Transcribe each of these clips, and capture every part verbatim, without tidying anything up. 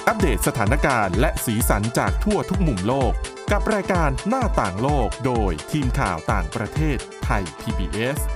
อัปเดตสถานการณ์และสีสันจากทั่วทุกมุมโลกกับรายการหน้าต่างโลกโดยทีมข่าวต่างประเทศไทย พี บี เอส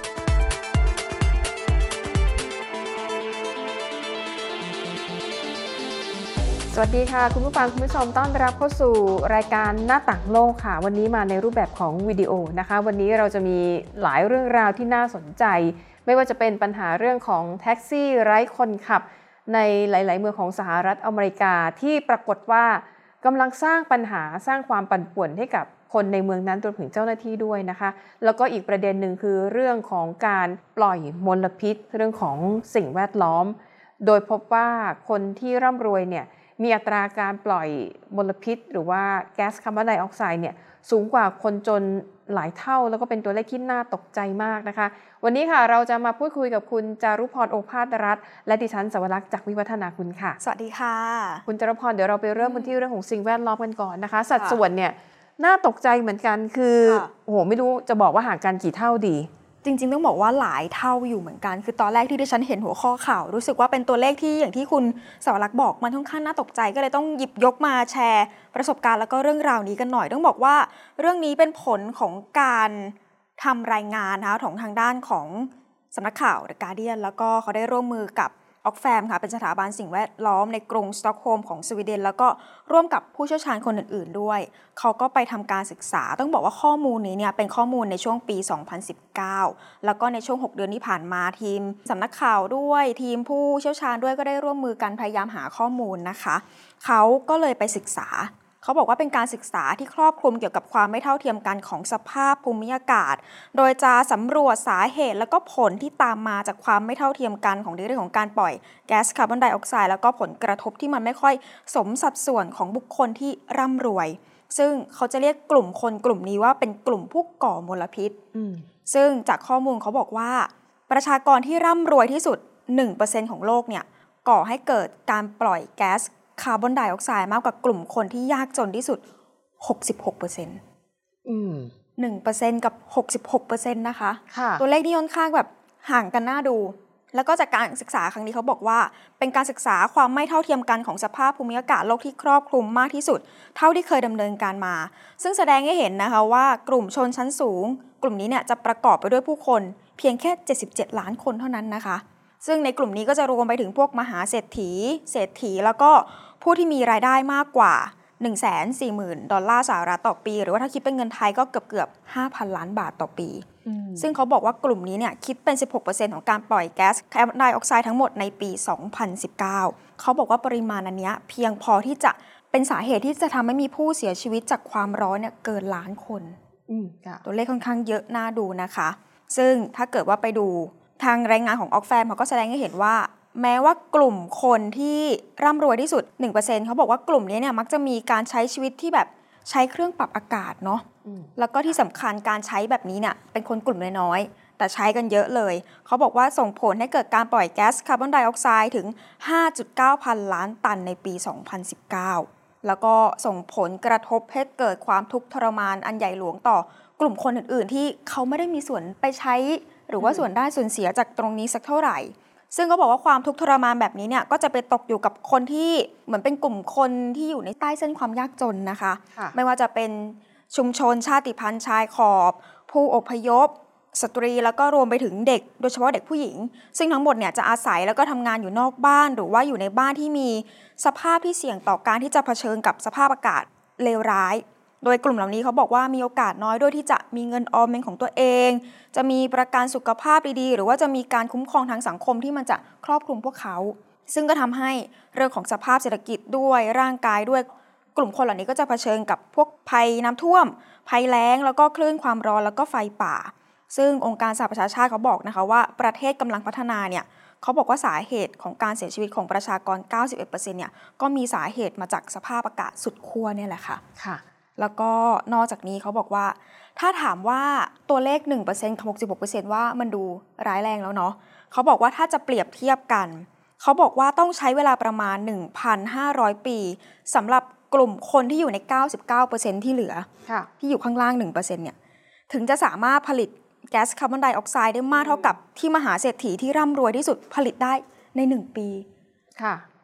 สวัสดีค่ะคุณผู้ฟังคุณผู้ชมต้อนรับเข้าสู่รายการหน้าต่างโลกค่ะวันนี้มาในรูปแบบของวิดีโอนะคะวันนี้เราจะมีหลายเรื่องราวที่น่าสนใจไม่ว่าจะเป็นปัญหาเรื่องของแท็กซี่ไร้คนขับในหลายๆเมืองของสหรัฐอเมริกาที่ปรากฏว่ากำลังสร้างปัญหาสร้างความปั่นป่วนให้กับคนในเมืองนั้นรวมถึงเจ้าหน้าที่ด้วยนะคะแล้วก็อีกประเด็นหนึ่งคือเรื่องของการปล่อยมลพิษเรื่องของสิ่งแวดล้อมโดยพบว่าคนที่ร่ำรวยเนี่ยมีอัตราการปล่อยมลพิษหรือว่าแก๊สคาร์บอนไดออกไซด์เนี่ยสูงกว่าคนจนหลายเท่าแล้วก็เป็นตัวเลขที่น่าตกใจมากนะคะวันนี้ค่ะเราจะมาพูดคุยกับคุณจารุพรโอภาสรัตน์และดิฉันสวรักษ์จากวิวัฒนาคุณค่ะสวัสดีค่ะคุณจารุพรเดี๋ยวเราไปเริ่มกันที่เรื่องของสิ่งแวดล้อมกันก่อนนะคะสัดส่วนเนี่ยน่าตกใจเหมือนกันคือโอ้โหไม่รู้จะบอกว่าห่างกันกี่เท่าดีจริงๆต้องบอกว่าหลายเท่าอยู่เหมือนกันคือตอนแรกที่ดิฉันเห็นหัวข้อข่าวรู้สึกว่าเป็นตัวเลขที่อย่างที่คุณสวรักษ์บอกมันค่อนข้างน่าตกใจก็เลยต้องหยิบยกมาแชร์ประสบการณ์แล้วก็เรื่องราวนี้กันหน่อยต้องบอกว่าเรื่องนี้เป็นผลของการทำรายงานนะคะของทางด้านของสำนักข่าว The Guardian แล้วก็เขาได้ร่วมมือกับออกแฟมค่ะเป็นสถาบันสิ่งแวดล้อมในกรุงสต็อกโฮล์มของสวีเดนแล้วก็ร่วมกับผู้เชี่ยวชาญคนอื่นๆด้วยเขาก็ไปทำการศึกษาต้องบอกว่าข้อมูลนี้เนี่ยเป็นข้อมูลในช่วงปีสองพันสิบเก้าแล้วก็ในช่วงหกเดือนที่ผ่านมาทีมสำนักข่าวด้วยทีมผู้เชี่ยวชาญด้วยก็ได้ร่วมมือกันพยายามหาข้อมูลนะคะเขาก็เลยไปศึกษาเขาบอกว่าเป็นการศึกษาที่ครอบคลุมเกี่ยวกับความไม่เท่าเทียมกันของสภาพภูมิอากาศโดยจะสำรวจสาเหตุแล้วก็ผลที่ตามมาจากความไม่เท่าเทียมกันของเรื่องของการปล่อยแก๊สคาร์บอนไดออกไซด์แล้วก็ผลกระทบที่มันไม่ค่อยสมสัดส่วนของบุคคลที่ร่ำรวยซึ่งเขาจะเรียกกลุ่มคนกลุ่มนี้ว่าเป็นกลุ่มผู้ก่อมลพิษซึ่งจากข้อมูลเขาบอกว่าประชากรที่ร่ำรวยที่สุด หนึ่งเปอร์เซ็นต์ ของโลกเนี่ยก่อให้เกิดการปล่อยแก๊สคาร์บอนไดออกไซด์มากกว่ากลุ่มคนที่ยากจนที่สุด หกสิบหกเปอร์เซ็นต์ อืม หนึ่งเปอร์เซ็นต์ กับ หกสิบหกเปอร์เซ็นต์ นะคะตัวเลขนี่ค่อนข้างแบบห่างกันน่าดูแล้วก็จากการศึกษาครั้งนี้เขาบอกว่าเป็นการศึกษาความไม่เท่าเทียมกันของสภาพภูมิอากาศโลกที่ครอบคลุมมากที่สุดเท่าที่เคยดำเนินการมาซึ่งแสดงให้เห็นนะคะว่ากลุ่มชนชั้นสูงกลุ่มนี้เนี่ยจะประกอบไปด้วยผู้คนเพียงแค่เจ็ดสิบเจ็ดล้านคนเท่านั้นนะคะซึ่งในกลุ่มนี้ก็จะรวมไปถึงพวกมหาเศรษฐีเศรษฐีแล้วก็ผู้ที่มีรายได้มากกว่า หนึ่งแสนสี่หมื่น ดอลลาร์สหรัฐต่อปีหรือว่าถ้าคิดเป็นเงินไทยก็เกือบๆ ห้าพัน ล้านบาทต่อปีซึ่งเขาบอกว่ากลุ่มนี้เนี่ยคิดเป็น สิบหกเปอร์เซ็นต์ ของการปล่อยแก๊สคาร์บอนไดออกไซด์ทั้งหมดในปี สองพันสิบเก้า เขาบอกว่าปริมาณอันนี้เพียงพอที่จะเป็นสาเหตุที่จะทำให้มีผู้เสียชีวิตจากความร้อนเนี่ยเกินล้านคนตัวเลขค่อนข้างเยอะน่าดูนะคะซึ่งถ้าเกิดว่าไปดูทางรายงานของออกแฟมเขาก็แสดงให้เห็นว่าแม้ว่ากลุ่มคนที่ร่ำรวยที่สุด หนึ่งเปอร์เซ็นต์ เขาบอกว่ากลุ่มนี้เนี่ยมักจะมีการใช้ชีวิตที่แบบใช้เครื่องปรับอากาศเนาะแล้วก็ที่สำคัญการใช้แบบนี้เนี่ยเป็นคนกลุ่มน้อยๆแต่ใช้กันเยอะเลยเขาบอกว่าส่งผลให้เกิดการปล่อยแก๊สคาร์บอนไดออกไซด์ถึง ห้าจุดเก้า พันล้านตันในปี สองพันสิบเก้า แล้วก็ส่งผลกระทบให้เกิดความทุกข์ทรมานอันใหญ่หลวงต่อกลุ่มคนอื่นๆที่เขาไม่ได้มีส่วนไปใช้หรือว่าส่วนได้ส่วนเสียจากตรงนี้สักเท่าไหร่ซึ่งก็บอกว่าความทุกข์ทรมานแบบนี้เนี่ยก็จะไปตกอยู่กับคนที่เหมือนเป็นกลุ่มคนที่อยู่ในใต้เส้นความยากจนนะคะไม่ว่าจะเป็นชุมชนชาติพันธุ์ชายขอบผู้อพยพสตรีแล้วก็รวมไปถึงเด็กโดยเฉพาะเด็กผู้หญิงซึ่งทั้งหมดเนี่ยจะอาศัยแล้วก็ทำงานอยู่นอกบ้านหรือว่าอยู่ในบ้านที่มีสภาพที่เสี่ยงต่อการที่จะเผชิญกับสภาพอากาศเลวร้ายโดยกลุ่มเหล่านี้เขาบอกว่ามีโอกาสน้อยด้วยที่จะมีเงินออมเป็นของตัวเองจะมีประกันสุขภาพดีๆหรือว่าจะมีการคุ้มครองทางสังคมที่มันจะครอบคลุมพวกเขาซึ่งก็ทำให้เรื่องของสภาพเศรษฐกิจด้วยร่างกายด้วยกลุ่มคนเหล่านี้ก็จะเผชิญกับพวกภัยน้ำท่วมภัยแล้งแล้วก็คลื่นความร้อนแล้วก็ไฟป่าซึ่งองค์การสหประชาชาติเขาบอกนะคะว่าประเทศกำลังพัฒนาเนี่ยเขาบอกว่าสาเหตุของการเสียชีวิตของประชากร เก้าสิบเอ็ดเปอร์เซ็นต์ เนี่ยก็มีสาเหตุมาจากสภาพอากาศสุดขั้วเนี่ยแหละค่ะค่ะแล้วก็นอกจากนี้เขาบอกว่าถ้าถามว่าตัวเลข หนึ่งเปอร์เซ็นต์ กับ หกสิบหกเปอร์เซ็นต์ ว่ามันดูร้ายแรงแล้วเนาะเขาบอกว่าถ้าจะเปรียบเทียบกันเขาบอกว่าต้องใช้เวลาประมาณ หนึ่งพันห้าร้อย ปีสำหรับกลุ่มคนที่อยู่ใน เก้าสิบเก้าเปอร์เซ็นต์ ที่เหลือที่อยู่ข้างล่าง หนึ่งเปอร์เซ็นต์ เนี่ยถึงจะสามารถผลิตแก๊สคาร์บอนไดออกไซด์ได้มากเท่ากับที่มหาเศรษฐีที่ร่ำรวยที่สุดผลิตได้ในหนึ่งปีค่ะ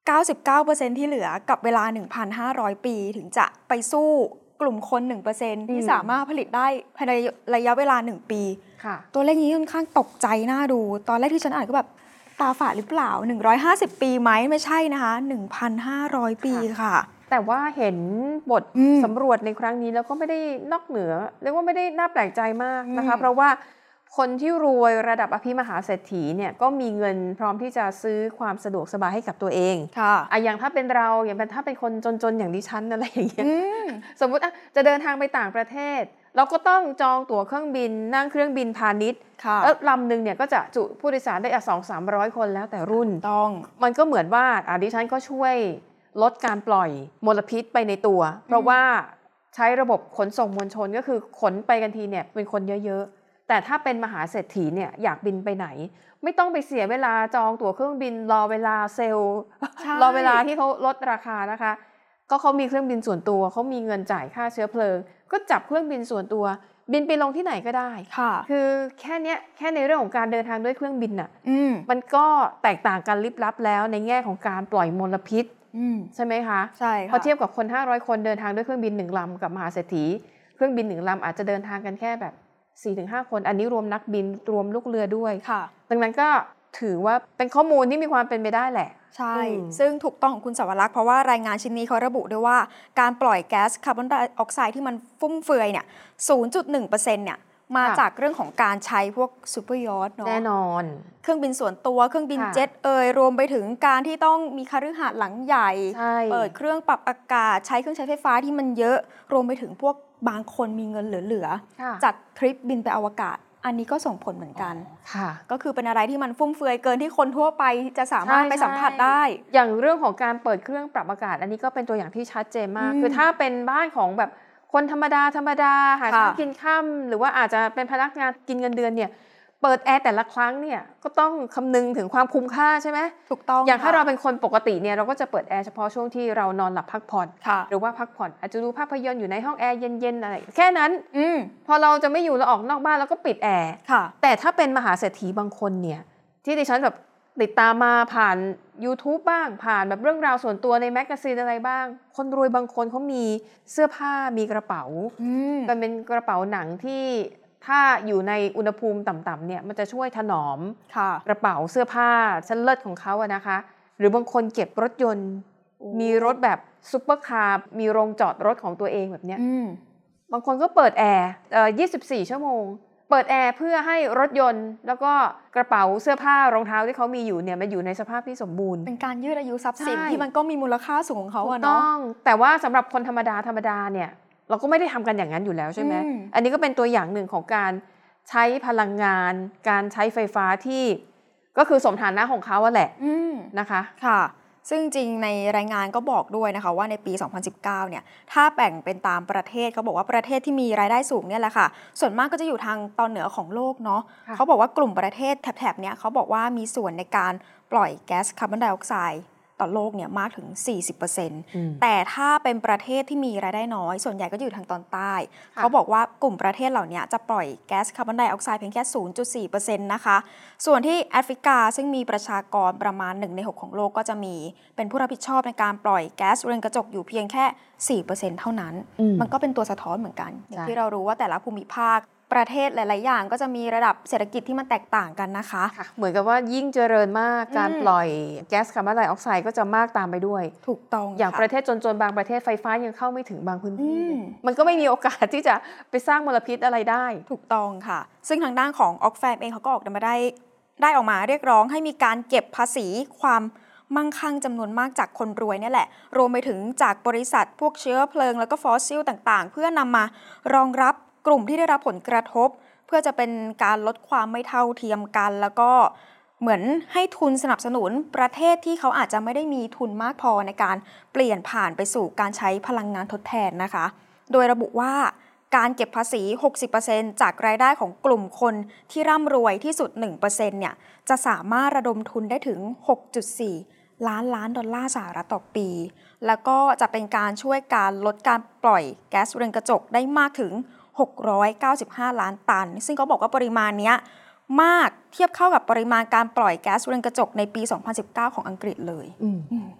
เก้าสิบเก้าเปอร์เซ็นต์ ที่เหลือกับเวลา หนึ่งพันห้าร้อย ปีถึงจะไปสู้กลุ่มคน หนึ่งเปอร์เซ็นต์ ที่สามารถผลิตได้ภายในระยะเวลาหนึ่งปีค่ะตัวเลขนี้ค่อนข้างตกใจน่าดูตอนแรกที่ฉันอ่านก็แบบตาฝาดหรือเปล่าหนึ่งร้อยห้าสิบปีไหมไม่ใช่นะคะ หนึ่งพันห้าร้อย ปีค่ะแต่ว่าเห็นบทสำรวจในครั้งนี้แล้วก็ไม่ได้นอกเหนือเรียกว่าไม่ได้น่าแปลกใจมากนะคะเพราะว่าคนที่รวยระดับอภิมหาเศรษฐีเนี่ยก็มีเงินพร้อมที่จะซื้อความสะดวกสบายให้กับตัวเองค่ะอ่ะอย่างถ้าเป็นเราอย่างเป็นถ้าเป็นคนจนๆอย่างดิฉันอะไรอย่างเงี้ยสมมุติอ่ะจะเดินทางไปต่างประเทศเราก็ต้องจองตั๋วเครื่องบินนั่งเครื่องบินพาณิชย์แล้วลำหนึ่งเนี่ยก็จะจุผู้โดยสารได้อ่ะสองสามร้อยคนแล้วแต่รุ่นต้องมันก็เหมือนว่าอ่ะดิฉันก็ช่วยลดการปล่อยมลพิษไปในตัวเพราะว่าใช้ระบบขนส่งมวลชนก็คือขนไปกันทีเนี่ยเป็นคนเยอะๆแต่ถ้าเป็นมหาเศรษฐีเนี่ยอยากบินไปไหนไม่ต้องไปเสียเวลาจองตั๋วเครื่องบินรอเวลาเซลล์รอเวลาที่เขาลดราคานะคะก็เขามีเครื่องบินส่วนตัวเขามีเงินจ่ายค่าเชื้อเพลิงก็จับเครื่องบินส่วนตัวบินไปลงที่ไหนก็ได้ค่ะคือแค่เนี้ยแค่ในเรื่องของการเดินทางด้วยเครื่องบินน่ะมมันก็แตกต่างกันลิบลับแล้วในแง่ของการปล่อยมลพิษใช่ไหมคะใช่ค่ะพอเทียบกับคนห้าร้อยคนเดินทางด้วยเครื่องบินหนึ่งลำกับมหาเศรษฐีเครื่องบินหนึ่งลำอาจจะเดินทางกันแค่แบบ สี่ถึงห้า คนอันนี้รวมนักบินรวมลูกเรือด้วยค่ะดังนั้นก็ถือว่าเป็นข้อมูลที่มีความเป็นไปได้แหละใช่ซึ่งถูกต้องของคุณสวรักษ์เพราะว่ารายงานชิ้นนี้เขาระบุด้วยว่าการปล่อยแก๊สคาร์บอนไดออกไซด์ที่มันฟุ่มเฟือยเนี่ย ศูนย์จุดหนึ่งเปอร์เซ็นต์ เนี่ยมาจากเรื่องของการใช้พวกซูเปอร์ยอทเนาะแน่นอนเครื่องบินส่วนตัวเครื่องบินเจ็ตเอ่ยรวมไปถึงการที่ต้องมีคฤหาสน์หลังใหญ่เปิดเครื่องปรับอากาศใช้เครื่องใช้ไฟฟ้าที่มันเยอะรวมไปถึงพวกบางคนมีเงินเหลือๆจัดทริปบินไปอวกาศอันนี้ก็ส่งผลเหมือนกันก็คือเป็นอะไรที่มันฟุ่มเฟือยเกินที่คนทั่วไปจะสามารถไปสัมผัสได้อย่างเรื่องของการเปิดเครื่องปรับอากาศอันนี้ก็เป็นตัวอย่างที่ชัดเจนมากคือถ้าเป็นบ้านของแบบคนธรรมดาธรรมดาหาเช้ากินค่ำหรือว่าอาจจะเป็นพนักงานกินเงินเดือนเนี่ยเปิดแอร์แต่ละครั้งเนี่ยก็ต้องคำนึงถึงความคุ้มค่าใช่ไหมถูกต้องอย่างถ้าเราเป็นคนปกติเนี่ยเราก็จะเปิดแอร์เฉพาะช่วงที่เรานอนหลับพักผ่อนหรือว่าพักผ่อนอาจจะดูภาพยนตร์อยู่ในห้องแอร์เย็นๆอะไรแค่นั้นอพอเราจะไม่อยู่เราออกนอกบ้านแล้วก็ปิดแอร์แต่ถ้าเป็นมหาเศรษฐีบางคนเนี่ยที่ดิฉันแบบติดตามมาผ่าน YouTube บ้างผ่านแบบเรื่องราวส่วนตัวในแมกกาซีนอะไรบ้างคนรวยบางคนเขามีเสื้อผ้ามีกระเป๋ามันเป็นกระเป๋าหนังที่ถ้าอยู่ในอุณหภูมิต่ำๆเนี่ยมันจะช่วยถนอมกระเป๋าเสื้อผ้าชั้นเลิศของเขาอะนะคะหรือบางคนเก็บรถยนต์มีรถแบบซุปเปอร์คาร์มีโรงจอดรถของตัวเองแบบเนี้ยบางคนก็เปิดแอร์เอ่อยี่สิบสี่ชั่วโมงเปิดแอร์เพื่อให้รถยนต์แล้วก็กระเป๋าเสื้อผ้ารองเท้าที่เขามีอยู่เนี่ยมันอยู่ในสภาพที่สมบูรณ์เป็นการยืดอายุทรัพย์สินที่มันก็มีมูลค่าสูงของเขาอะเนาะต้องแต่ว่าสำหรับคนธรรมดาธรรมดาเนี่ยเราก็ไม่ได้ทำกันอย่างนั้นอยู่แล้วใช่ไหมอันนี้ก็เป็นตัวอย่างหนึ่งของการใช้พลังงานการใช้ไฟฟ้าที่ก็คือสมฐานะของเขาอะแหละนะคะค่ะซึ่งจริงในรายงานก็บอกด้วยนะคะว่าในปีสองพันสิบเก้าเนี่ยถ้าแบ่งเป็นตามประเทศเขาบอกว่าประเทศที่มีรายได้สูงเนี่ยแหละค่ะส่วนมากก็จะอยู่ทางตอนเหนือของโลกเนาะเขาบอกว่ากลุ่มประเทศแถบๆเนี้ยเขาบอกว่ามีส่วนในการปล่อยแก๊สคาร์บอนไดออกไซด์ต่อโลกเนี่ยมากถึง สี่สิบเปอร์เซ็นต์ แต่ถ้าเป็นประเทศที่มีรายได้น้อยส่วนใหญ่ก็อยู่ทางตอนใต้เขาบอกว่ากลุ่มประเทศเหล่านี้จะปล่อยแก๊สคาร์บอนไดออกไซด์เพียงแค่ ศูนย์จุดสี่เปอร์เซ็นต์ นะคะส่วนที่แอฟริกาซึ่งมีประชากรประมาณหนึ่งในหกของโลกก็จะมีเป็นผู้รับผิดชอบในการปล่อยแก๊สเรือนกระจกอยู่เพียงแค่ สี่เปอร์เซ็นต์ เท่านั้นมันก็เป็นตัวสะท้อนเหมือนกันอย่างที่เรารู้ว่าแต่ละภูมิภาคประเทศหลายๆอย่างก็จะมีระดับเศรษฐกิจที่มันแตกต่างกันนะคะเหมือนกับว่ายิ่งเจริญมากการปล่อยแก๊สคาร์บอนไดออกไซด์ก็จะมากตามไปด้วยถูกต้องอย่างประเทศจนๆบางประเทศไฟฟ้ายังเข้าไม่ถึงบางพื้นที่มันก็ไม่มีโอกาสที่จะไปสร้างมลพิษอะไรได้ถูกต้องค่ะซึ่งทางด้านของออกแฟมเองเขาก็ออกมาได้ได้ออกมาเรียกร้องให้มีการเก็บภาษีความมั่งคั่งจำนวนมากจากคนรวยนี่แหละรวมไปถึงจากบริษัทพวกเชื้อเพลิงแล้วก็ฟอสซิลต่างๆเพื่อนำมารองรับกลุ่มที่ได้รับผลกระทบเพื่อจะเป็นการลดความไม่เท่าเทียมกันแล้วก็เหมือนให้ทุนสนับสนุนประเทศที่เขาอาจจะไม่ได้มีทุนมากพอในการเปลี่ยนผ่านไปสู่การใช้พลังงานทดแทนนะคะโดยระบุว่าการเก็บภาษี หกสิบเปอร์เซ็นต์ จากรายได้ของกลุ่มคนที่ร่ำรวยที่สุด หนึ่งเปอร์เซ็นต์ เนี่ยจะสามารถระดมทุนได้ถึง หกจุดสี่ ล้านล้านดอลลาร์สหรัฐต่อปีแล้วก็จะเป็นการช่วยการลดการปล่อยแก๊สเรือนกระจกได้มากถึงหกร้อยเก้าสิบห้าล้านตันซึ่งเขาบอกว่าปริมาณนี้มากเทียบเข้ากับปริมาณการปล่อยแก๊สเรือนกระจกในปีสองพันสิบเก้าของอังกฤษเลย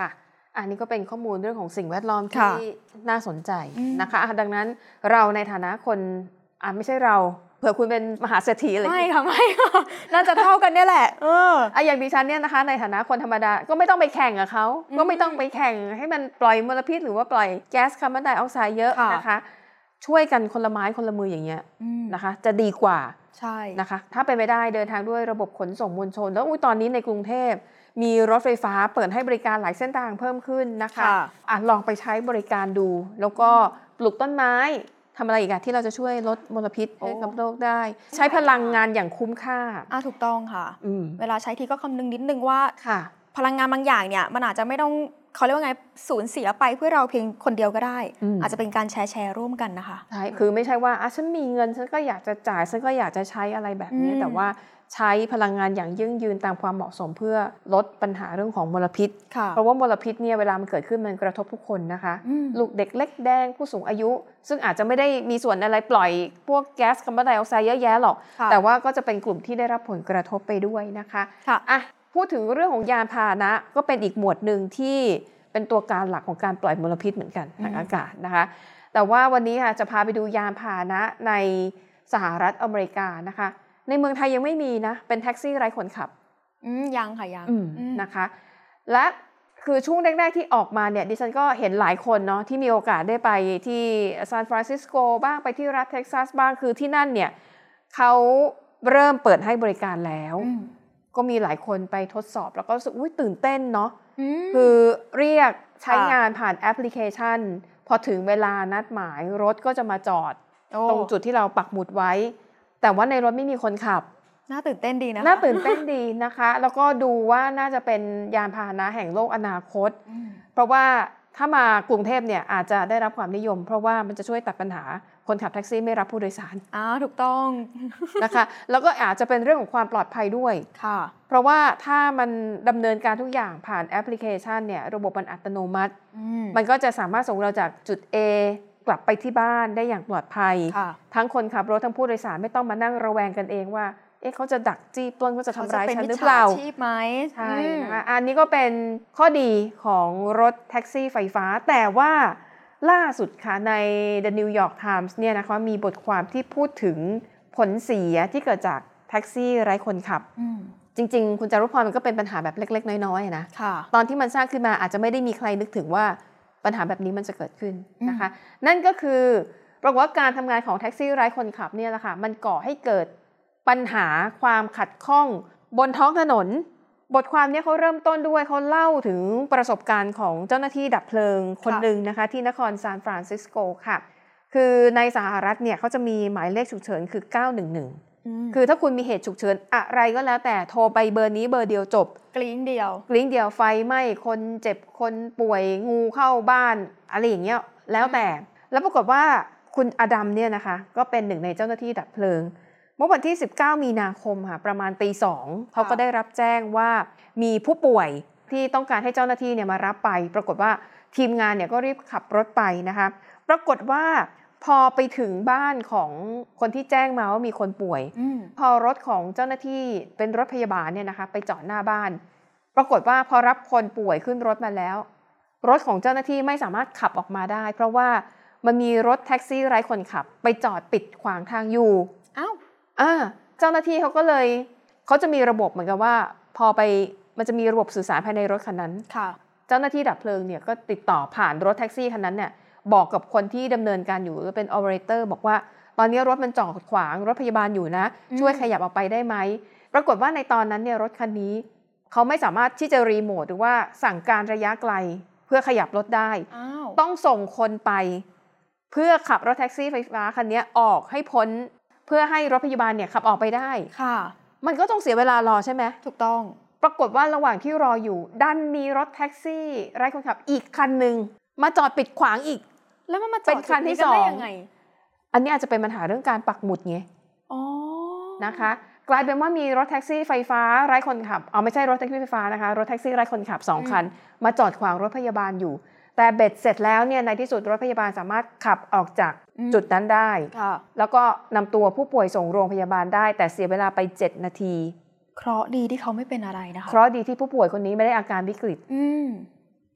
ค่ะอันนี้ก็เป็นข้อมูลเรื่องของสิ่งแวดล้อมค่ะที่น่าสนใจอืมนะคะอ่ะดังนั้นเราในฐานะคนอ่ะไม่ใช่เราเผื่อคุณเป็นมหาเศรษฐีอะไรไม่ค่ะไม่ค่ะน่าจะเท่ากันเนี่ยแหละเอออ่ะอย่างดิฉันเนี่ยนะคะในฐานะคนธรรมดาก็ไม่ต้องไปแข่งกับเขาอืมก็ไม่ต้องไปแข่งให้มันปล่อยมลพิษหรือว่าปล่อยแก๊สคาร์บอนไดออกไซด์เยอะค่ะนะคะช่วยกันคนละไม้คนละมืออย่างเงี้ยอืมนะคะจะดีกว่าใช่นะคะถ้าเป็นไปได้เดินทางด้วยระบบขนส่งมวลชน แล้วอุ๊ยตอนนี้ในกรุงเทพมีรถไฟฟ้าเปิดให้บริการหลายเส้นทางเพิ่มขึ้นนะคะค่ะอ่ะลองไปใช้บริการดู แล้วก็ปลูกต้นไม้ทำอะไรอีกอะที่เราจะช่วยลดมลพิษให้กับโลกได้ ใช้พลังงานอย่างคุ้มค่าอ่ะถูกต้องค่ะอืมเวลาใช้ทีก็คำนึงนิดนึงว่าค่ะพลังงานบางอย่างเนี่ยมันอาจจะไม่ต้องเขาเรียกว่าไงสูญเสียไปเพื่อเราเพียงคนเดียวก็ได้อืมอาจจะเป็นการแชร์แชร์ร่วมกันนะคะใช่คือไม่ใช่ว่าอ่ะฉันมีเงินฉันก็อยากจะจ่ายฉันก็อยากจะใช้อะไรแบบนี้อืมแต่ว่าใช้พลังงานอย่างยั่งยืนตามความเหมาะสมเพื่อลดปัญหาเรื่องของมลพิษค่ะเพราะว่ามลพิษเนี่ยเวลามันเกิดขึ้นมันกระทบทุกคนนะคะอืมลูกเด็กเล็กแดงผู้สูงอายุ ซึ่งอาจจะไม่ได้มีส่วนอะไรปล่อยพวกแก๊สคาร์บอนไดออกไซด์เยอะแยะหรอกค่ะแต่ว่าก็จะเป็นกลุ่มที่ได้รับผลกระทบไปด้วยนะคะค่ะอ่ะพูดถึงเรื่องของยานพาหนะก็เป็นอีกหมวดหนึ่งที่เป็นตัวการหลักของการปล่อยมลพิษเหมือนกันทางอากาศนะคะ แต่ว่าวันนี้ค่ะจะพาไปดูยานพาหนะในสหรัฐอเมริกานะคะ ในเมืองไทยยังไม่มีนะเป็นแท็กซี่ไร้คนขับอืมยังค่ะยังอืมอืมนะคะและคือช่วงแรกๆที่ออกมาเนี่ยดิฉันก็เห็นหลายคนเนาะที่มีโอกาสได้ไปที่ซานฟรานซิสโกบ้างไปที่รัฐเท็กซัสบ้างคือที่นั่นเนี่ยเขาเริ่มเปิดให้บริการแล้วอืมก็มีหลายคนไปทดสอบแล้วก็รู้สึกอุ๊ยตื่นเต้นเนาะอืมคือเรียกใช้ค่ะงานผ่านแอปพลิเคชัน พอถึงเวลานัดหมายรถก็จะมาจอดโอ้ตรงจุดที่เราปักหมุดไว้ แต่ว่าในรถไม่มีคนขับน่าตื่นเต้นดีนะคะน่าตื่นเต้นดีนะคะ แล้วก็ดูว่าน่าจะเป็นยานพาหนะแห่งโลกอนาคตอืมเพราะว่าถ้ามากรุงเทพเนี่ยอาจจะได้รับความนิยม เพราะว่ามันจะช่วยตัดปัญหาคนขับแท็กซี่ไม่รับผู้โดยสารอ้าวถูกต้องนะคะ แล้วก็อาจจะเป็นเรื่องของความปลอดภัยด้วยค่ะเพราะว่าถ้ามันดำเนินการทุกอย่างผ่านแอปพลิเคชันเนี่ยระบบมันอัตโนมัติอืมมันก็จะสามารถส่งเราจากจุด A กลับไปที่บ้านได้อย่างปลอดภัยค่ะทั้งคนขับรถทั้งผู้โดยสารไม่ต้องมานั่งระแวงกันเองว่าเอ๊ะเขาจะดักจี้ปล้นเขาจะทำร้ายฉันหรือเปล่าขจะนมิจฉชีพไหมใช่อืมนะคะอันนี้ก็เป็นข้อดีของรถแท็กซี่ไฟฟ้า แต่ว่าล่าสุดค่ะใน The New York Times เนี่ยนะคะมีบทความที่พูดถึงผลเสียที่เกิดจากแท็กซี่ไร้คนขับอืมจริงๆ คุณจารุพรมันก็เป็นปัญหาแบบเล็กๆ น้อยๆนะค่ะตอนที่มันสร้างขึ้นมาอาจจะไม่ได้มีใครนึกถึงว่าปัญหาแบบนี้มันจะเกิดขึ้นนะคะ นั่นก็คือปรากฏว่าการทำงานของแท็กซี่ไร้คนขับเนี่ยแหละค่ะมันก่อให้เกิดปัญหาความขัดข้องบนท้องถนน บทความเนี้เขาเริ่มต้นด้วยเขาเล่าถึงประสบการณ์ของเจ้าหน้าที่ดับเพลิงคนหนึ่งนะคะที่นครซานฟรานซิสโกค่ะคือในสหรัฐเนี่ยเขาจะมีหมายเลขฉุกเฉินคือเก้าหนึ่งหนึ่งมคือถ้าคุณมีเหตุฉุกเฉินอะไรก็แล้วแต่โทรไปเบอร์นี้เบอร์เดียวจบกลิ้งเดียวกลิ้งเดียวไฟไหม้คนเจ็บคนป่วยงูเข้าบ้านอะไรอย่างเงี้ยแล้วแต่แล้วปรากฏว่าคุณอดัมเนี่ยนะคะก็เป็นหนึ่งในเจ้าหน้าที่ดับเพลิงเมื่อวันที่สิบเก้ามีนาคมค่ะประมาณตีสองเขาก็ได้รับแจ้งว่ามีผู้ป่วยที่ต้องการให้เจ้าหน้าที่เนี่ยมารับไป ปรากฏว่าทีมงานเนี่ยก็รีบขับรถไปนะคะปรากฏว่าพอไปถึงบ้านของคนที่แจ้งมาว่ามีคนป่วยอืมพอรถของเจ้าหน้าที่เป็นรถพยาบาลเนี่ยนะคะไปจอดหน้าบ้าน ปรากฏว่าพอรับคนป่วยขึ้นรถมาแล้ว รถของเจ้าหน้าที่ไม่สามารถขับออกมาได้ เพราะว่ามันมีรถแท็กซี่ไร้คนขับ ไปจอดปิดขวางทางอยู่อ้าวอ่าเจ้าหน้าที่เขาก็เลยเขาจะมีระบบเหมือนกับว่า พอไปมันจะมีระบบสื่อสารภายในรถคันนั้นค่ะเจ้าหน้าที่ดับเพลิงเนี่ยก็ติดต่อผ่านรถแท็กซี่คันนั้นเนี่ยบอกกับคนที่ดำเนินการอยู่เป็น operator บอกว่าตอนนี้รถมันจอดขวางรถพยาบาลอยู่นะอืมช่วยขยับออกไปได้ไหมปรากฏว่าในตอนนั้นเนี่ยรถคันนี้เขาไม่สามารถที่จะรีโมทหรือว่าสั่งการระยะไกลเพื่อขยับรถได้อ้าวต้องส่งคนไป เพื่อขับรถแท็กซี่ไฟฟ้าคันนี้ออกให้พ้นเพื่อให้รถพยาบาลเนี่ยขับออกไปได้ค่ะมันก็ต้องเสียเวลารอใช่ไหมถูกต้องปรากฏว่าระหว่างที่รออยู่ดันมีรถแท็กซี่ไร้คนขับอีกคันหนึ่งมาจอดปิดขวางอีกแล้วมันมาจอดเป็นคันที่จุดกัได้สองยังไงอันนี้อาจจะเป็นปัญหาเรื่องการปักหมุดไงอ๋อนะคะ กลายเป็นว่ามีรถแท็กซี่ไฟฟ้าไร้คนขับเอาไม่ใช่รถแท็กซี่ไฟฟ้านะคะรถแท็กซี่ไร้คนขับสองคันมาจอดขวางรถพยาบาลอยู่ แต่เบ็ดเสร็จแล้วเนี่ยในที่สุดรถพยาบาลสามารถขับออกจากจุดนั้นได้ค่ะแล้วก็นำตัวผู้ป่วยส่งโรงพยาบาลได้แต่เสียเวลาไปเจ็ดนาทีเคราะห์ดีที่เขาไม่เป็นอะไรนะคะเพราะห์ดีที่ผู้ป่วยคนนี้ไม่ได้อาการวิกฤตอืม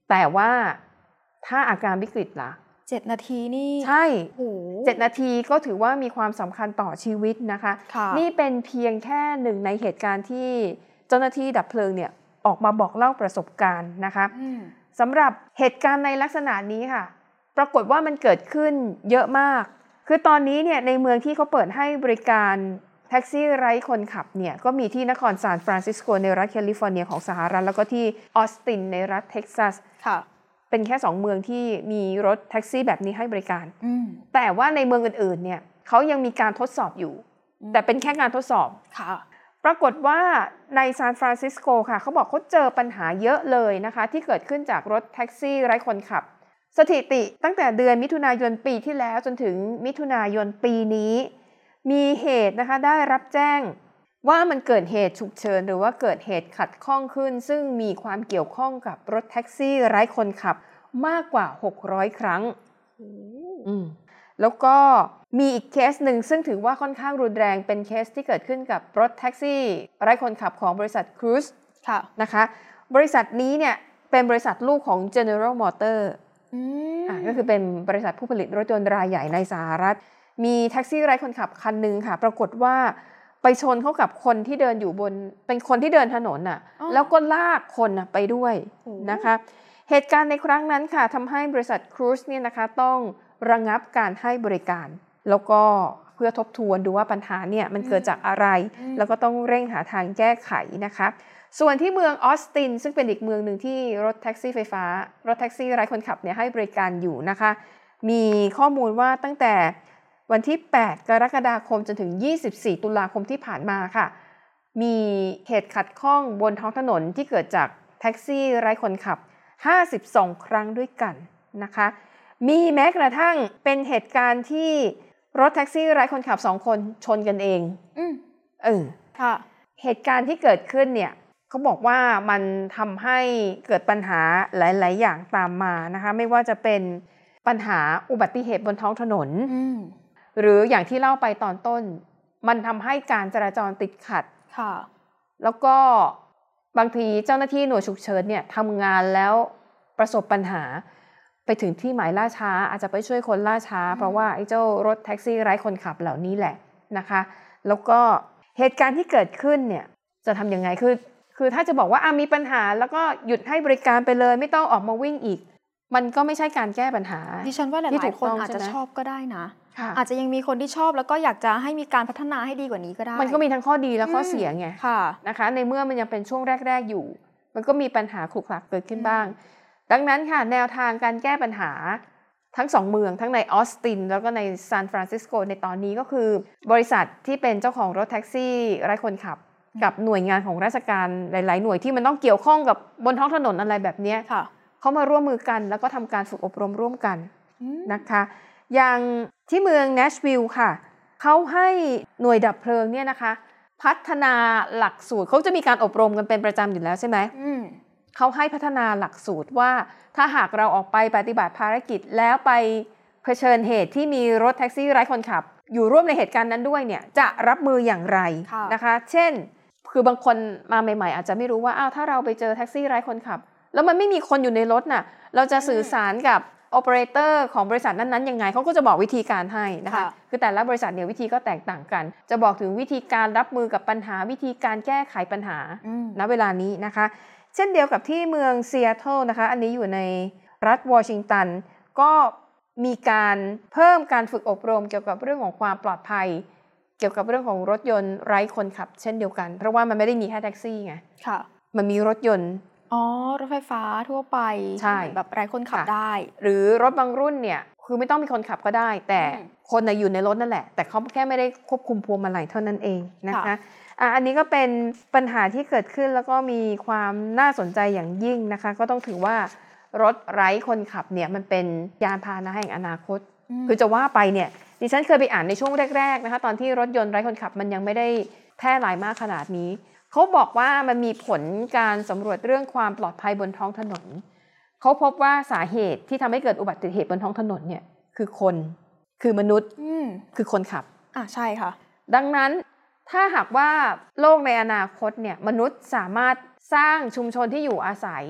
แต่ว่าถ้าอาการวิกฤตล่ะเจ็ดนาทีนี่ใช่โอ้เจ็ดนาทีก็ถือว่ามีความสำคัญต่อชีวิตนะคะนี่เป็นเพียงแค่หนึ่งในเหตุการณ์ที่เจ้าหน้าที่ดับเพลิงเนี่ยออกมาบอกเล่าประสบการณ์นะคะสำหรับเหตุการณ์ในลักษณะนี้ค่ะปรากฏว่ามันเกิดขึ้นเยอะมากคือตอนนี้เนี่ยในเมืองที่เขาเปิดให้บริการแท็กซี่ไร้คนขับเนี่ยก็มีที่นครซานฟรานซิสโกในรัฐแคลิฟอร์เนียของสหรัฐแล้วก็ที่ออสตินในรัฐเท็กซัสเป็นแค่สองเมืองที่มีรถแท็กซี่แบบนี้ให้บริการแต่ว่าในเมืองอื่นๆเนี่ยเขายังมีการทดสอบอยู่แต่เป็นแค่การทดสอบปรากฏว่าในซานฟรานซิสโกค่ะเขาบอกเขาเจอปัญหาเยอะเลยนะคะที่เกิดขึ้นจากรถแท็กซี่ไร้คนขับสถิติตั้งแต่เดือนมิถุนายนปีที่แล้วจนถึงมิถุนายนปีนี้มีเหตุนะคะได้รับแจ้งว่ามันเกิดเหตุฉุกเฉินหรือว่าเกิดเหตุขัดข้องขึ้นซึ่งมีความเกี่ยวข้องกับรถแท็กซี่ไร้คนขับมากกว่าหกร้อยครั้งอืมแล้วก็มีอีกเคสหนึ่งซึ่งถือว่าค่อนข้างรุนแรงเป็นเคสที่เกิดขึ้นกับรถแท็กซี่ไร้คนขับของบริษัทครูซนะคะบริษัทนี้เนี่ยเป็นบริษัทลูกของ General Motors อ่าก็คือเป็นบริษัทผู้ผลิตรถยนต์รายใหญ่ในสหรัฐมีแท็กซี่ไร้คนขับคันนึงค่ะปรากฏว่าไปชนเข้ากับคนที่เดินอยู่บนเป็นคนที่เดินถนนน่ะแล้วก็ลากคนน่ะไปด้วยนะคะเหตุการณ์ในครั้งนั้นค่ะทำให้บริษัทครูซเนี่ยนะคะต้องระงับการให้บริการแล้วก็เพื่อทบทวนดูว่าปัญหาเนี่ยมันเกิดจากอะไรแล้วก็ต้องเร่งหาทางแก้ไขนะคะส่วนที่เมืองออสตินซึ่งเป็นอีกเมืองหนึ่งที่รถแท็กซี่ไฟฟ้ารถแท็กซี่ไร้คนขับเนี่ยให้บริการอยู่นะคะมีข้อมูลว่าตั้งแต่วันที่แปดกรกฎาคมจนถึงยี่สิบสี่ตุลาคมที่ผ่านมาค่ะมีเหตุขัดข้องบนท้องถนนที่เกิดจากแท็กซี่ไร้คนขับห้าสิบสองครั้งด้วยกันนะคะมีแม้กระทั่งเป็นเหตุการณ์ที่รถแท็กซี่ไร้คนขับสองคนชนกันเองอืมเออค่ะเหตุการณ์ที่เกิดขึ้นเนี่ยเขาบอกว่ามันทำให้เกิดปัญหาหลายๆอย่างตามมานะคะไม่ว่าจะเป็นปัญหาอุบัติเหตุบนท้องถนนหรืออย่างที่เล่าไปตอนต้นมันทำให้การจราจรติดขัดค่ะแล้วก็บางทีเจ้าหน้าที่หน่วยฉุกเฉินเนี่ยทำงานแล้วประสบปัญหาไปถึงที่หมายล่าช้าอาจจะไปช่วยคนล่าช้าเพราะว่าไอ้เจ้ารถแท็กซี่ไร้คนขับเหล่านี้แหละนะคะแล้วก็เหตุการณ์ที่เกิดขึ้นเนี่ยจะทำยังไงคือคือถ้าจะบอกว่ามีปัญหาแล้วก็หยุดให้บริการไปเลยไม่ต้องออกมาวิ่งอีกมันก็ไม่ใช่การแก้ปัญหาดิฉันว่าหลายๆคนอาจจะชอบก็ได้นะอาจจะยังมีคนที่ชอบแล้วก็อยากจะให้มีการพัฒนาให้ดีกว่านี้ก็ได้มันก็มีทั้งข้อดีและข้อเสียไงนะคะในเมื่อมันยังเป็นช่วงแรกๆอยู่มันก็มีปัญหาขรุขระเกิดขึ้นบ้างดังนั้นค่ะแนวทางการแก้ปัญหาทั้งสองเมืองทั้งในออสตินแล้วก็ในซานฟรานซิสโกในตอนนี้ก็คือบริษัทที่เป็นเจ้าของรถแท็กซี่ไร้คนขับกับหน่วยงานของราชการหลายๆหน่วยที่มันต้องเกี่ยวข้องกับบนท้องถนนอะไรแบบนี้เขามาร่วมมือกันแล้วก็ทำการฝึกอบรมร่วมกันนะคะอย่างที่เมืองเนชวิลล์ค่ะเขาให้หน่วยดับเพลิงเนี่ยนะคะพัฒนาหลักสูตรเขาจะมีการอบรมกันเป็นประจำอยู่แล้วใช่ไหมเขาให้พัฒนาหลักสูตรว่าถ้าหากเราออกไปปฏิบัติภารกิจแล้วไปเผชิญเหตุที่มีรถแท็กซี่ไร้คนขับอยู่ร่วมในเหตุการณ์นั้นด้วยเนี่ยจะรับมืออย่างไรนะคะเช่นคือบางคนมาใหม่ๆอาจจะไม่รู้ว่าอ้าวถ้าเราไปเจอแท็กซี่ไร้คนขับแล้วมันไม่มีคนอยู่ในรถน่ะเราจะสื่อสารกับโอเปอเรเตอร์ของบริษัทนั้นๆยังไงเขาก็จะบอกวิธีการให้นะคะคือแต่ละบริษัทเนี่ยวิธีก็แตกต่างกันจะบอกถึงวิธีการรับมือกับปัญหาวิธีการแก้ไขปัญหาณเวลานี้นะคะเช่นเดียวกับที่เมืองซีแอตเทิลนะคะอันนี้อยู่ในรัฐวอชิงตันก็มีการเพิ่มการฝึกอบรมเกี่ยวกับเรื่องของความปลอดภัยเกี่ยวกับเรื่องของรถยนต์ไร้คนขับเช่นเดียวกันเพราะว่ามันไม่ได้มีแค่แท็กซี่ไงค่ะมันมีรถยนต์อ๋อรถไฟฟ้าทั่วไปใช่แบบไร้คนขับได้หรือรถบางรุ่นเนี่ยคือไม่ต้องมีคนขับก็ได้แต่คนน่ะอยู่ในรถนั่นแหละแต่เขาแค่ไม่ได้ควบคุมพวงมาลัยเท่านั้นเองนะคะอ่ะอันนี้ก็เป็นปัญหาที่เกิดขึ้นแล้วก็มีความน่าสนใจอย่างยิ่งนะคะก็ต้องถือว่ารถไร้คนขับเนี่ยมันเป็นยานพาหนะแห่งอนาคตคือจะว่าไปเนี่ยดิฉันเคยไปอ่านในช่วงแรกๆนะคะตอนที่รถยนต์ไร้คนขับมันยังไม่ได้แพร่หลายมากขนาดนี้เขาบอกว่ามันมีผลการสำรวจเรื่องความปลอดภัยบนท้องถนนเขาพบว่าสาเหตุที่ทำให้เกิดอุบัติเหตุบนท้องถนนเนี่ยคือคนคือมนุษย์คือคนขับอ่ะใช่ค่ะดังนั้นถ้าหากว่าโลกในอนาคตเนี่ยมนุษย์สามารถสร้างชุมชนที่อยู่อาศัย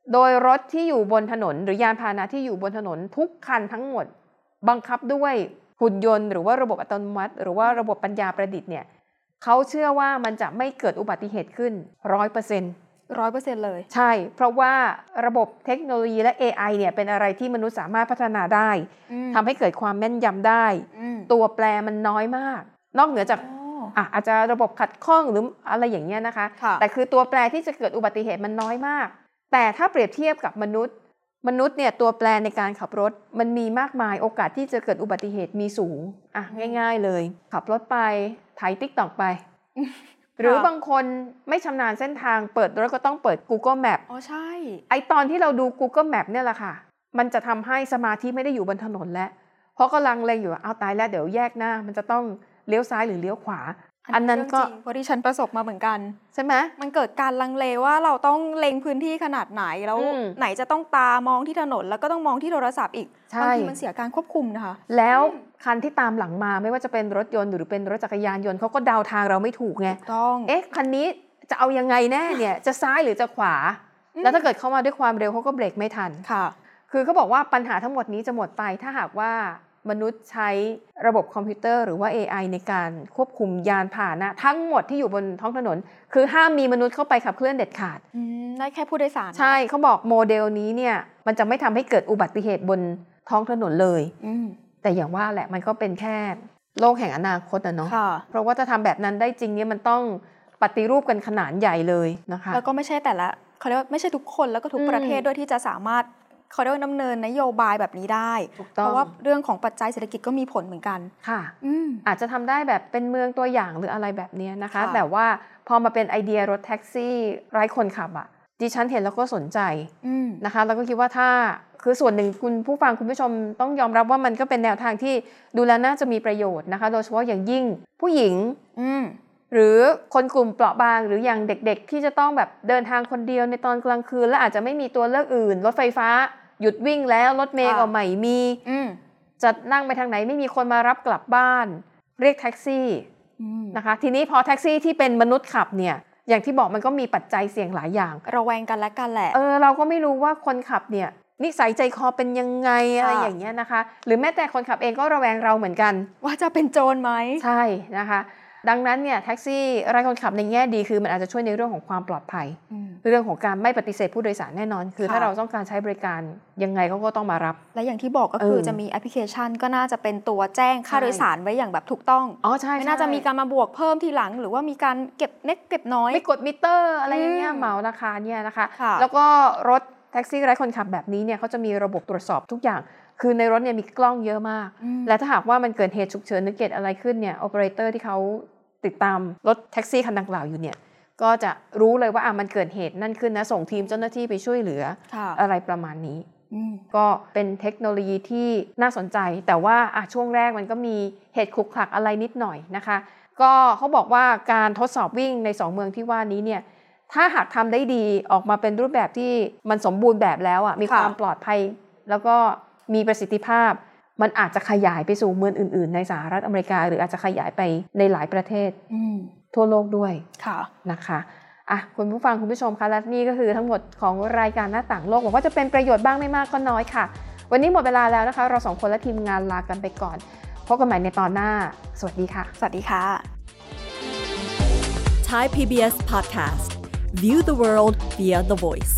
โดยรถที่อยู่บนถนนหรือยานพาหนะที่อยู่บนถนนทุกคันทั้งหมดบังคับด้วยหุ่นยนต์หรือว่าระบบอัตโนมัติหรือว่าระบบปัญญาประดิษฐ์เนี่ยเขาเชื่อว่ามันจะไม่เกิดอุบัติเหตุขึ้น ร้อยเปอร์เซ็นต์ร้อยเปอร์เซ็นต์ เลยใช่เพราะว่าระบบเทคโนโลยีและ เอ ไอ เนี่ยเป็นอะไรที่มนุษย์สามารถพัฒนาได้ทำให้เกิดความแม่นยำได้ตัวแปรมันน้อยมากนอกเหนือจากอ่ะอาจจะระบบขัดข้องหรืออะไรอย่างเงี้ยนะคะแต่คือตัวแปรที่จะเกิดอุบัติเหตุมันน้อยมากแต่ถ้าเปรียบเทียบกับมนุษย์มนุษย์เนี่ยตัวแปรในการขับรถมันมีมากมายโอกาสที่จะเกิดอุบัติเหตุมีสูงอ่ะง่ายๆเลยขับรถไปถ่าย ติ๊กต็อก ไปหรือบางคนไม่ชำนาญเส้นทางเปิดรถก็ต้องเปิด Google Map อ๋อใช่ไอตอนที่เราดู Google Map เนี่ยแหละค่ะมันจะทำให้สมาธิไม่ได้อยู่บนถนนแล้วเพราะกำลังเลงอยู่เอาตายแล้วเดี๋ยวแยกหน้ามันจะต้องเลี้ยวซ้ายหรือเลี้ยวขวาอันนั้นก็เพราะที่ฉันประสบมาเหมือนกันใช่ไหมมันเกิดการลังเลว่าเราต้องเล็งพื้นที่ขนาดไหนแล้วไหนจะต้องตามองที่ถนนแล้วก็ต้องมองที่โทรศัพท์อีกบางทีมันเสียการควบคุมนะคะแล้วคันที่ตามหลังมาไม่ว่าจะเป็นรถยนต์หรือเป็นรถจักรยานยนต์เขาก็เดาทางเราไม่ถูกไงต้องเอ๊ะคันนี้จะเอายังไงแน่เนี่ยจะซ้ายหรือจะขวาแล้วถ้าเกิดเข้ามาด้วยความเร็วเขาก็เบรกไม่ทันค่ะคือเขาบอกว่าปัญหาทั้งหมดนี้จะหมดไปถ้าหากว่ามนุษย์ใช้ระบบคอมพิวเตอร์หรือว่า เอ ไอ ในการควบคุมยานพาหนะทั้งหมดที่อยู่บนท้องถนนคือห้ามมีมนุษย์เข้าไปขับเคลื่อนเด็ดขาดได้แค่ผู้โดยสารใช่เขาบอกโมเดลนี้เนี่ยมันจะไม่ทำให้เกิดอุบัติเหตุบนท้องถนนเลยแต่อย่างว่าแหละมันก็เป็นแค่โลกแห่งอนาคตนะเนาะเพราะว่าถ้าทำแบบนั้นได้จริงเนี่ยมันต้องปฏิรูปกันขนาดใหญ่เลยนะคะแล้วก็ไม่ใช่แต่ละเขาเรียกว่าไม่ใช่ทุกคนแล้วก็ทุกประเทศด้วยที่จะสามารถเขาเรียกว่าดำเนินนโยบายแบบนี้ได้เพราะว่าเรื่องของปัจจัยเศรษฐกิจก็มีผลเหมือนกันค่ะอาจจะทำได้แบบเป็นเมืองตัวอย่างหรืออะไรแบบนี้นะคะแต่ว่าพอมาเป็นไอเดียรถแท็กซี่ไร้คนขับอ่ะดิฉันเห็นแล้วก็สนใจนะคะแล้วก็คิดว่าถ้าคือส่วนหนึ่งคุณผู้ฟังคุณผู้ชมต้องยอมรับว่ามันก็เป็นแนวทางที่ดูแล้วน่าจะมีประโยชน์นะคะโดยเฉพาะอย่างยิ่งผู้หญิงหรือคนกลุ่มเปราะบางหรืออย่างเด็กๆที่จะต้องแบบเดินทางคนเดียวในตอนกลางคืนและอาจจะไม่มีตัวเลือกอื่นรถไฟฟ้าหยุดวิ่งแล้วรถเมล์ก็ไม่มีจะนั่งไปทางไหนไม่มีคนมารับกลับบ้านเรียกแท็กซี่นะคะทีนี้พอแท็กซี่ที่เป็นมนุษย์ขับเนี่ยอย่างที่บอกมันก็มีปัจจัยเสี่ยงหลายอย่างระแวงกันและกันแหละเออเราก็ไม่รู้ว่าคนขับเนี่ยนิสัยใจคอเป็นยังไงอะไรอย่างเงี้ยนะคะหรือแม้แต่คนขับเองก็ระแวงเราเหมือนกันว่าจะเป็นโจรไหมใช่นะคะดังนั้นเนี่ยแท็กซี่ไร้คนขับในแง่ดีคือมันอาจจะช่วยในเรื่องของความปลอดภัยเรื่องของการไม่ปฏิเสธผู้โดยสารแน่นอนคือถ้าเราต้องการใช้บริการยังไงเขาก็ต้องมารับและอย่างที่บอกก็คือจะมีแอปพลิเคชันก็น่าจะเป็นตัวแจ้งค่าโดยสารไว้อย่างแบบถูกต้องอ๋อใช่ไม่น่าจะมีการมาบวกเพิ่มทีหลังหรือว่ามีการเก็บเน็ตเก็บน้อยไม่กดมิเตอร์อะไรอย่างเงี้ยเหมาราคาเนี่ยนะคะแล้วก็รถแท็กซี่ไร้คนขับแบบนี้เนี่ยเขาจะมีระบบตรวจสอบทุกอย่างคือในรถเนี่ยมีกล้องเยอะมากและถ้าหากว่ามันเกิดเหตุฉุกเฉินหรือเกิดอะไรขึ้นเนี่ยโอเปอเรเตอร์ที่เขาติดตามรถแท็กซี่คันดังกล่าวอยู่เนี่ยก็จะรู้เลยว่าอ่ะมันเกิดเหตุนั่นขึ้นนะส่งทีมเจ้าหน้าที่ไปช่วยเหลืออะไรประมาณนี้ก็เป็นเทคโนโลยีที่น่าสนใจแต่ว่าอ่ะช่วงแรกมันก็มีเหตุขลุกขลักอะไรนิดหน่อยนะคะก็เขาบอกว่าการทดสอบวิ่งในสองเมืองที่ว่านี้เนี่ยถ้าหากทำได้ดีออกมาเป็นรูปแบบที่มันสมบูรณ์แบบแล้วอ่ะมีความปลอดภัยแล้วก็มีประสิทธิภาพมันอาจจะขยายไปสู่เมืองอื่นๆในสหรัฐอเมริกาหรืออาจจะขยายไปในหลายประเทศทั่วโลกด้วยนะคะอ่ะคุณผู้ฟังคุณผู้ชมคะและนี่ก็คือทั้งหมดของรายการหน้าต่างโลกหวังว่าจะเป็นประโยชน์บ้างไม่มากก็น้อยค่ะวันนี้หมดเวลาแล้วนะคะเราสองคนและทีมงานลากันไปก่อนพบกันใหม่ในตอนหน้าสวัสดีค่ะสวัสดีค่ะ Thai พี บี เอส Podcast View the world via the voice